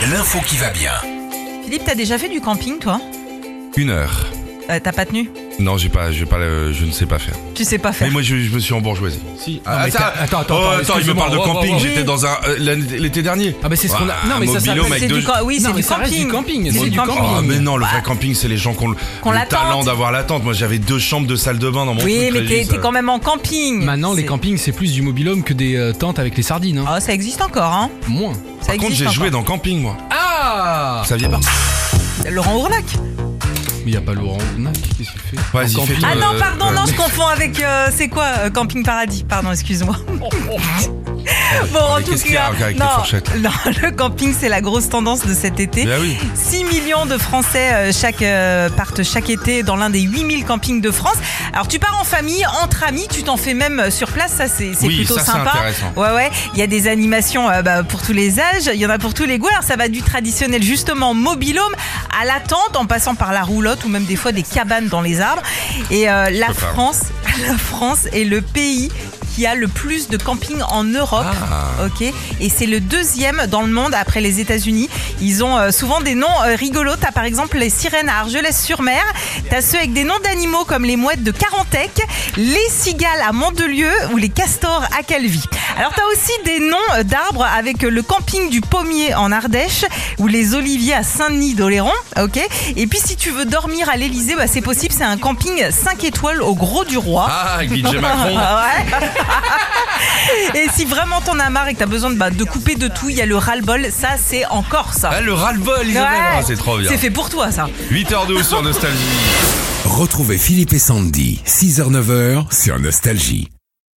l'info qui va bien. Philippe, t'as déjà fait du camping, toi ? 1 heure. T'as pas tenu ? Non, je ne sais pas faire. Tu sais pas faire. Mais moi, je me suis embourgeoisie. Si. Attends, Il me parle de camping. wow. J'étais dans l'été dernier. Ah bah c'est ce qu'on a. Non mais ça mobil-home s'appelle. avec deux. Oui, c'est du ça reste camping. du camping. C'est du camping. Ah mais non, le vrai camping, c'est les gens qui ont Qu'on le la talent tente. d'avoir la tente. Moi, j'avais 2 chambres, 2 salles de bain dans mon Oui, truc. mais Régis, t'es quand même en camping. Maintenant les C'est- campings c'est plus du mobil-home que des tentes avec les sardines. Hein. Ah, ça existe encore, hein. Moins. Ça Par contre, existe j'ai encore. joué dans camping, moi. Ah. Vous saviez pas? Laurent Ourlac. Mais y a pas Laurent Nac, qu'est-ce qu'il fait? Vas-y, En camping. fais-toi. Ah non, pardon, non, ouais. je confonds avec. C'est quoi Camping Paradis. Pardon, excuse-moi. Bon, en Mais tout qu'est-ce qu'il y a cas, avec les fourchettes non, le camping, c'est la grosse tendance de cet été. Ben oui. 6 millions de Français partent chaque été dans l'un des 8000 campings de France. Alors, tu pars en famille, entre amis, tu t'en fais même sur place, ça c'est Oui, plutôt ça, c'est sympa. intéressant. Ouais, il y a des animations pour tous les âges, il y en a pour tous les goûts. Alors, ça va du traditionnel, justement, mobil-home à la tente, en passant par la roulotte ou même des fois des cabanes dans les arbres. Et la peux pas. France est le pays qui a le plus de camping en Europe. Ah. Ok, et c'est le 2e dans le monde après les États-Unis. Ils ont souvent des noms rigolos. T'as par exemple les sirènes à Argelès-sur-Mer. T'as ceux avec des noms d'animaux comme les mouettes de Carantec, les cigales à Mandelieu ou les castors à Calvi. Alors t'as aussi des noms d'arbres avec le camping du Pommier en Ardèche ou les oliviers à Saint-Denis d'Oléron. Ok. Et puis si tu veux dormir à l'Elysée, c'est possible. C'est un camping 5 étoiles au Gros du Roi. Ah, avec DJ Macron. Ouais. Et si vraiment t'en as marre et que t'as besoin de couper de tout, il y a le ras-le-bol, ça c'est en Corse. Ah, le ras-le-bol, Isabelle. Ouais. Ah, c'est trop bien. C'est fait pour toi ça. 8h12 sur Nostalgie. Retrouvez Philippe et Sandy, 6h-9h sur Nostalgie.